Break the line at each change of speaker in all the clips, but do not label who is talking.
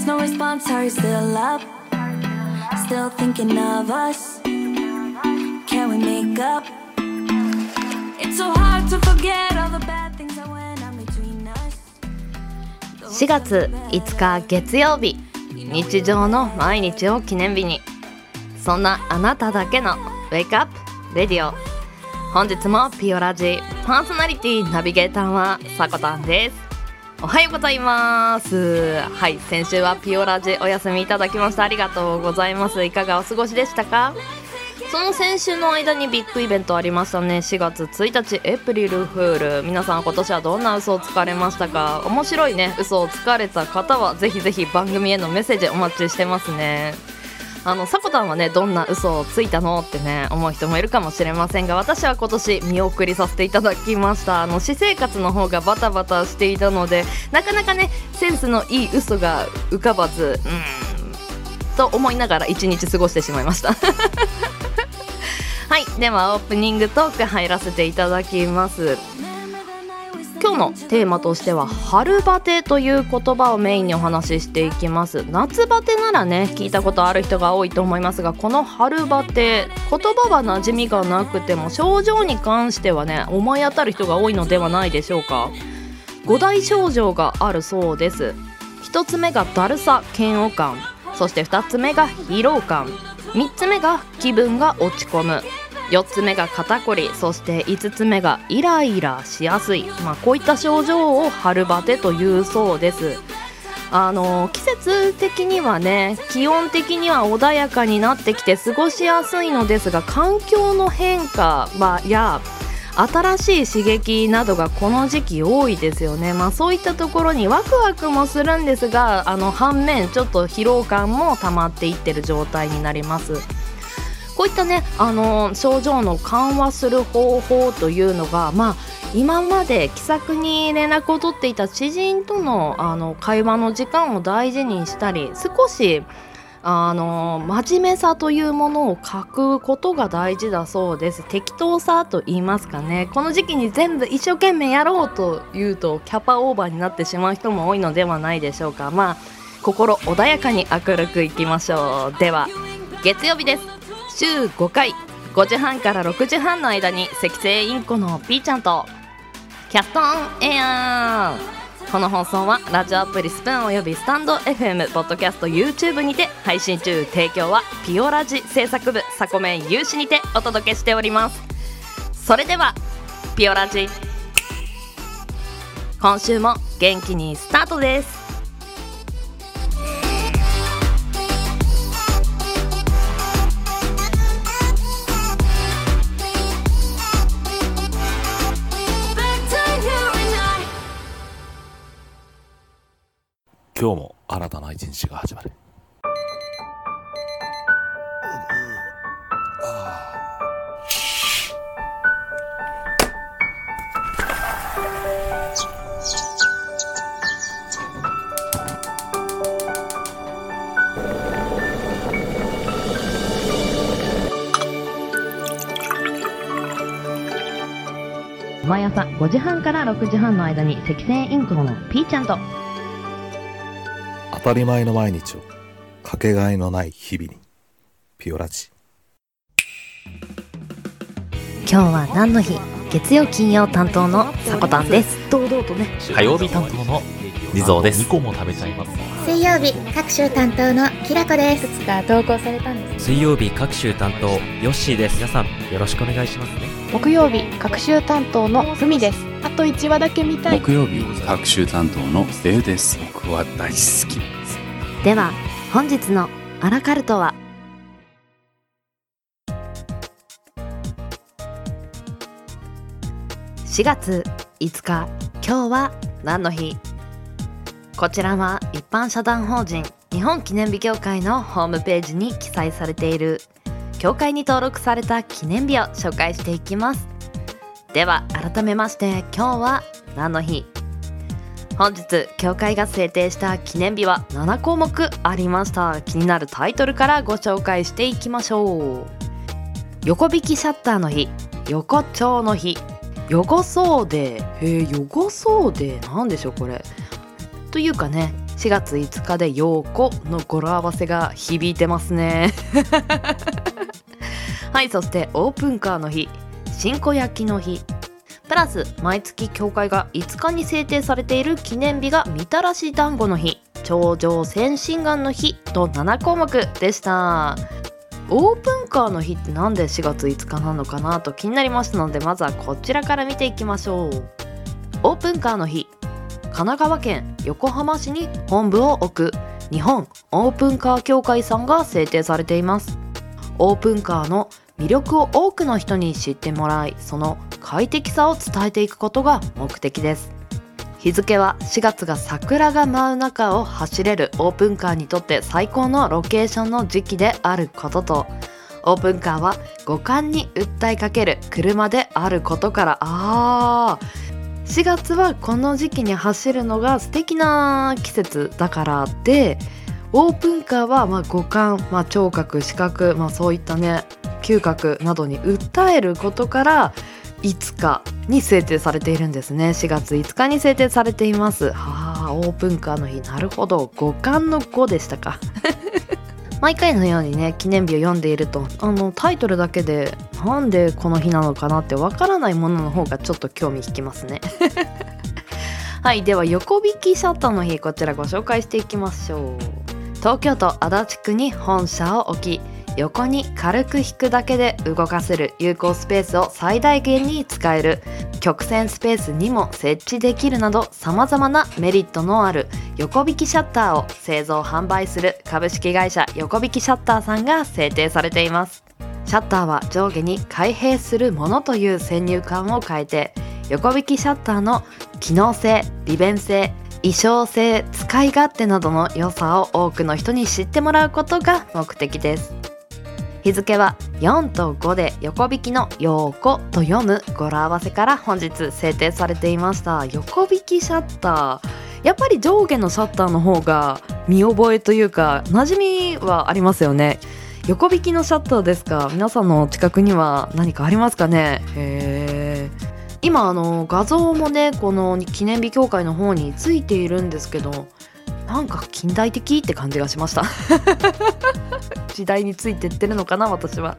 text, no response, are you still up? Still thinking of us? Can we make up? It's so hard to forget all the bad things that went on between us.
4月5日月曜日、日常の毎日を記念日に、そんなあなただけの Wake Up Radio。 本日もピオラジパーソナリティナビゲーターはさこたんです。おはようございます。はい、先週はピオラジお休みいただきました。ありがとうございます。いかがお過ごしでしたか？その先週の間にビッグイベントありましたね。4月1日エイプリルフール。皆さん今年はどんな嘘をつかれましたか？面白いね嘘をつかれた方はぜひぜひ番組へのメッセージお待ちしてますね。さこたんはね、どんな嘘をついたのってね思う人もいるかもしれませんが、私は今年見送りさせていただきました。私生活の方がバタバタしていたので、なかなかねセンスのいい嘘が浮かばず、と思いながら一日過ごしてしまいましたはい、ではオープニングトーク入らせていただきます。今日のテーマとしては春バテという言葉をメインにお話ししていきます。夏バテならね聞いたことある人が多いと思いますが、この春バテ、言葉は馴染みがなくても症状に関してはね思い当たる人が多いのではないでしょうか。5大症状があるそうです。1つ目がだるさ嫌悪感、そして2つ目が疲労感、3つ目が気分が落ち込む、4つ目が肩こり、そして5つ目がイライラしやすい、こういった症状を春バテというそうです。季節的にはね、気温的には穏やかになってきて過ごしやすいのですが、環境の変化や新しい刺激などがこの時期多いですよね。そういったところにワクワクもするんですが、反面ちょっと疲労感も溜まっていってる状態になります。こういったね、症状の緩和する方法というのが、今まで気さくに連絡を取っていた知人との、会話の時間を大事にしたり、少し真面目さというものを欠くことが大事だそうです。適当さと言いますかね。この時期に全部一生懸命やろうというとキャパオーバーになってしまう人も多いのではないでしょうか。心穏やかに明るくいきましょう。では月曜日です。週5回5時半から6時半の間に赤星インコのピーちゃんとキャストオンエアー。この放送はラジオアプリスプーンおよびスタンド FM、 ポッドキャスト、 YouTube にて配信中。提供はピオラジ制作部サコメン有志にてお届けしております。それではピオラジ、今週も元気にスタートです。
今日も新たな一日が始まる。
毎朝5時半から6時半の間に赤星インコのピーちゃんと
当たり前の毎日をかけがえのない日々に。ピオラジ。
今日は何の日？月曜金曜担当のさこたんです。堂々とね。
火曜日担当のリゾーです。2個も食べちゃいます。
水曜日各週担当のきらこです。
いくつか投稿されたんです。
水曜日各週担当ヨッシーです。皆さんよろしくお願いしますね。
木曜日各週担当のふみです。あと1話だけ見たい。
木曜日各週担当のレウです。僕は大好きです。
では本日のアラカルトは、4月5日、今日は何の日？こちらは一般社団法人日本記念日協会のホームページに記載されている協会に登録された記念日を紹介していきます。では改めまして今日は何の日？本日協会が制定した記念日は7項目ありました。気になるタイトルからご紹介していきましょう。横引きシャッターの日、横丁の日、汚そうデー。汚そうデーなんでしょうこれ。というかね、 4月5日でようこの語呂合わせが響いてますねはい、そしてオープンカーの日、新子焼きの日、プラス毎月協会が5日に制定されている記念日がみたらし団子の日、頂上先進眼の日と7項目でした。オープンカーの日ってなんで4月5日なのかなと気になりましたので、まずはこちらから見ていきましょう。オープンカーの日、神奈川県横浜市に本部を置く日本オープンカー協会さんが制定されています。オープンカーの魅力を多くの人に知ってもらい、その快適さを伝えていくことが目的です。日付は4月が桜が舞う中を走れるオープンカーにとって最高のロケーションの時期であることと、オープンカーは五感に訴えかける車であることから、4月はこの時期に走るのが素敵な季節だからで、オープンカーは五感、聴覚、視覚、そういったね嗅覚などに訴えることから5日に制定されているんですね。4月5日に制定されています。オープンカーの日、なるほど、五感の5でしたか毎回のようにね記念日を読んでいるとタイトルだけでなんでこの日なのかなってわからないものの方がちょっと興味引きますねはい、では横引きシャッターの日、こちらご紹介していきましょう。東京都足立区に本社を置き、横に軽く引くだけで動かせる有効スペースを最大限に使える曲線スペースにも設置できるなど、様々なメリットのある横引きシャッターを製造販売する株式会社横引きシャッターさんが制定されています。シャッターは上下に開閉するものという先入観を変えて、横引きシャッターの機能性、利便性、衣装性、使い勝手などの良さを多くの人に知ってもらうことが目的です。日付は4と5で横引きのようこと読む語呂合わせから本日制定されていました。横引きシャッター、やっぱり上下のシャッターの方が見覚えというか馴染みはありますよね。横引きのシャッターですか。皆さんの近くには何かありますかね。今画像もねこの記念日協会の方についているんですけど、なんか近代的って感じがしました時代についてってるのかな私は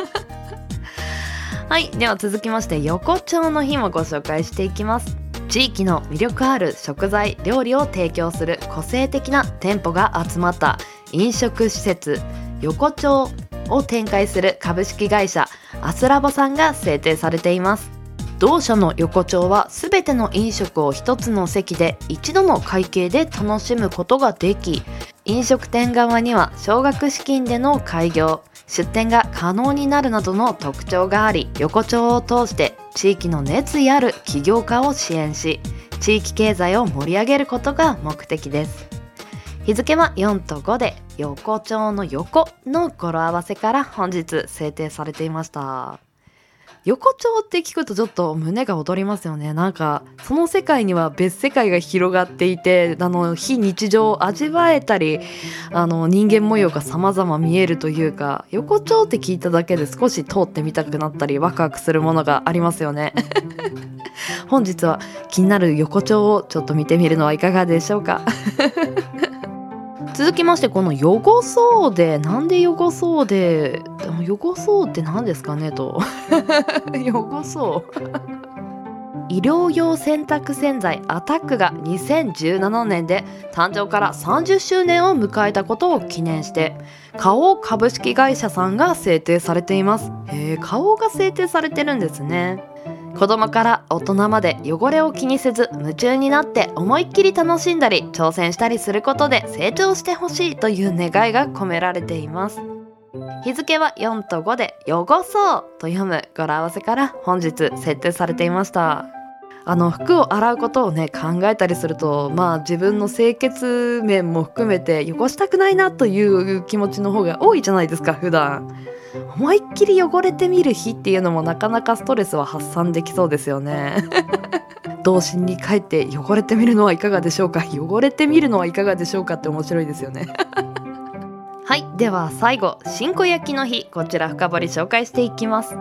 はい、では続きまして横丁の日もご紹介していきます。地域の魅力ある食材料理を提供する個性的な店舗が集まった飲食施設横丁を展開する株式会社アスラボさんが制定されています。同社の横丁はすべての飲食を一つの席で一度の会計で楽しむことができ、飲食店側には少額資金での開業、出店が可能になるなどの特徴があり、横丁を通して地域の熱意ある起業家を支援し、地域経済を盛り上げることが目的です。日付は4と5で横丁の横の語呂合わせから本日制定されていました。横丁って聞くとちょっと胸が躍りますよね。なんかその世界には別世界が広がっていて、非日常を味わえたり人間模様が様々見えるというか、横丁って聞いただけで少し通ってみたくなったりワクワクするものがありますよね本日は気になる横丁をちょっと見てみるのはいかがでしょうか続きましてこの汚そうで、なんで汚そうで、汚そうって何ですかねと汚そう医療用洗濯洗剤アタックが2017年で誕生から30周年を迎えたことを記念して花王株式会社さんが制定されています。花王が制定されてるんですね。子供から大人まで汚れを気にせず夢中になって思いっきり楽しんだり挑戦したりすることで成長してほしいという願いが込められています。日付は4と5で汚そうと読む語呂合わせから本日設定されていました。服を洗うことをね考えたりすると、自分の清潔面も含めて汚したくないなという気持ちの方が多いじゃないですか。普段思いっきり汚れてみる日っていうのもなかなかストレスは発散できそうですよね童心に帰って汚れてみるのはいかがでしょうか。汚れてみるのはいかがでしょうかって面白いですよねはい、では最後新子焼きの日、こちら深掘り紹介していきます。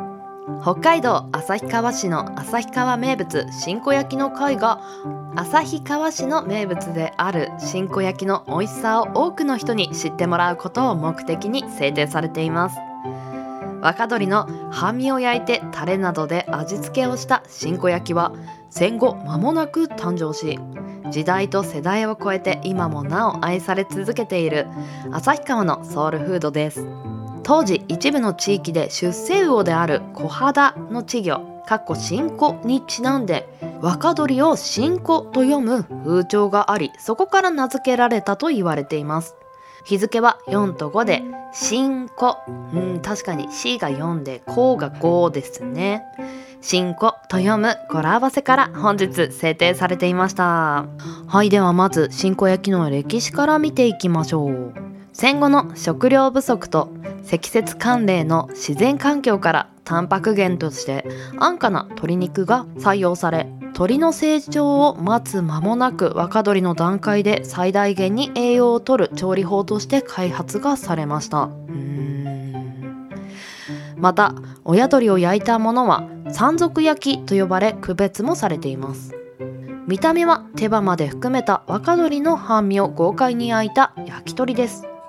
北海道旭川市の旭川名物新子焼きの会が旭川市の名物である新子焼きの美味しさを多くの人に知ってもらうことを目的に制定されています。若鶏の半身を焼いてタレなどで味付けをした新子焼きは戦後間もなく誕生し、時代と世代を超えて今もなお愛され続けている旭川のソウルフードです。当時一部の地域で出世魚である小肌の稚魚新子にちなんで若鶏を新子と読む風潮があり、そこから名付けられたと言われています。日付は4と5で新子、確かに C が4で子が5ですね。新子と読む語呂合わせから本日制定されていました。はい、ではまず新子焼きの歴史から見ていきましょう。戦後の食料不足と積雪寒冷の自然環境からタンパク源として安価な鶏肉が採用され、鶏の成長を待つ間もなく若鶏の段階で最大限に栄養を取る調理法として開発がされました。また親鶏を焼いたものは山賊焼きと呼ばれ区別もされています。見た目は手羽まで含めた若鶏の半身を豪快に焼いた焼き鳥です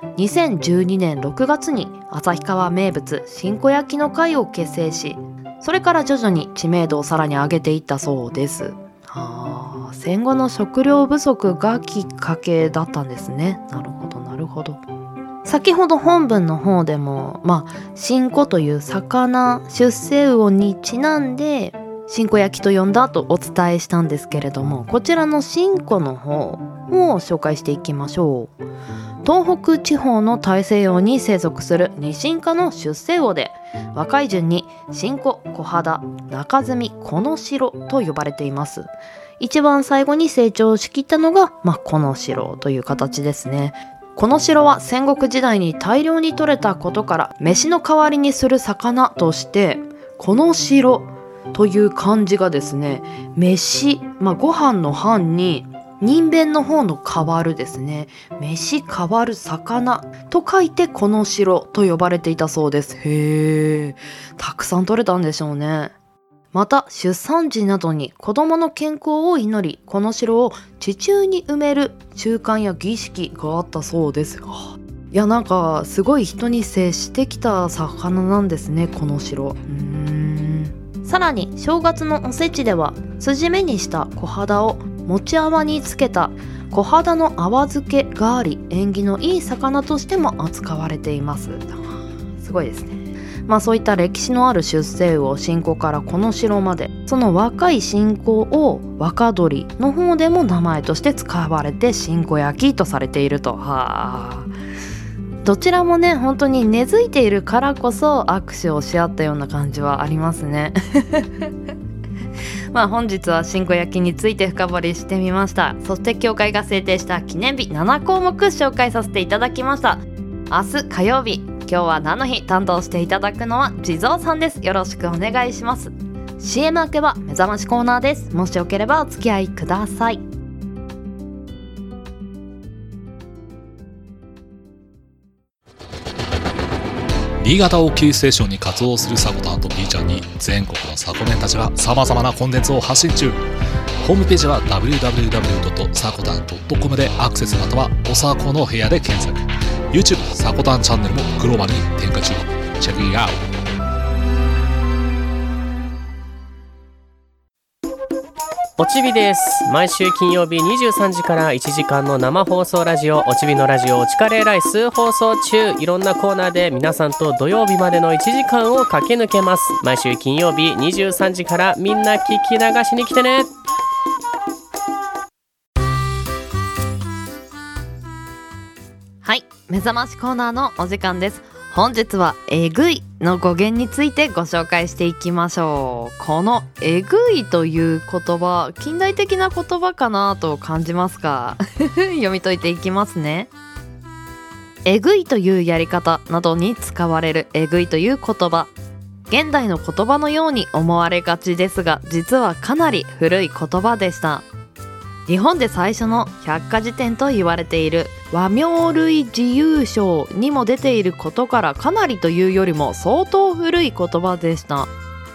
。2012年6月に旭川名物新子焼きの会を結成し、それから徐々に知名度をさらに上げていったそうです。戦後の食料不足がきっかけだったんですね。なるほどなるほど。先ほど本文の方でも新子という魚出世魚にちなんで新子焼きと呼んだとお伝えしたんですけれども、こちらの新子の方を紹介していきましょう。東北地方の大西洋に生息するニシン科の出世魚で、若い順に新子、小肌、中摘み、この白と呼ばれています。一番最後に成長しきったのが、この白という形ですね。この白は戦国時代に大量に取れたことから飯の代わりにする魚として、この白という漢字がですね、飯、ご飯の飯に人弁の方の変わるですね、飯変わる魚と書いてこの白と呼ばれていたそうです。へー、たくさん取れたんでしょうね。また出産時などに子供の健康を祈り、この白を地中に埋める習慣や儀式があったそうです。いや、なんかすごい人に接してきた魚なんですね、この白。さらに正月のおせちでは筋目にした小肌を餅泡につけた小肌の泡漬けがあり、縁起のいい魚としても扱われています。すごいですね。そういった歴史のある出世魚新子からこの白まで、その若い新子を若鶏の方でも名前として使われて新子焼きとされていると。どちらもね、本当に根付いているからこそ握手をし合ったような感じはありますね。本日は新子焼きについて深掘りしてみました。そして協会が制定した記念日7項目紹介させていただきました。明日火曜日、今日は何の日担当していただくのは地蔵さんです。よろしくお願いします。 CM 明けは目覚ましコーナーです。もしよければお付き合いください。
新潟をキーステーションに活動するサコタンと B ちゃんに全国のサコメンたちが様々なコンテンツを発信中。ホームページは www.sakotan.com でアクセス、またはおさこの部屋で検索。 YouTube サコタンチャンネルもグローバルに展開中。チェックイットアウト。
おちびです。毎週金曜日23時から1時間の生放送ラジオ、おちびのラジオおちカレーライス放送中。いろんなコーナーで皆さんと土曜日までの1時間を駆け抜けます。毎週金曜日23時からみんな聞き流しに来てね。
はい、目覚ましコーナーのお時間です。本日はえぐいの語源についてご紹介していきましょう。このえぐいという言葉、近代的な言葉かなと感じますか？読み解いていきますね。えぐいというやり方などに使われるえぐいという言葉、現代の言葉のように思われがちですが、実はかなり古い言葉でした。日本で最初の百科事典と言われている和名類自由章にも出ていることから、かなりというよりも相当古い言葉でした。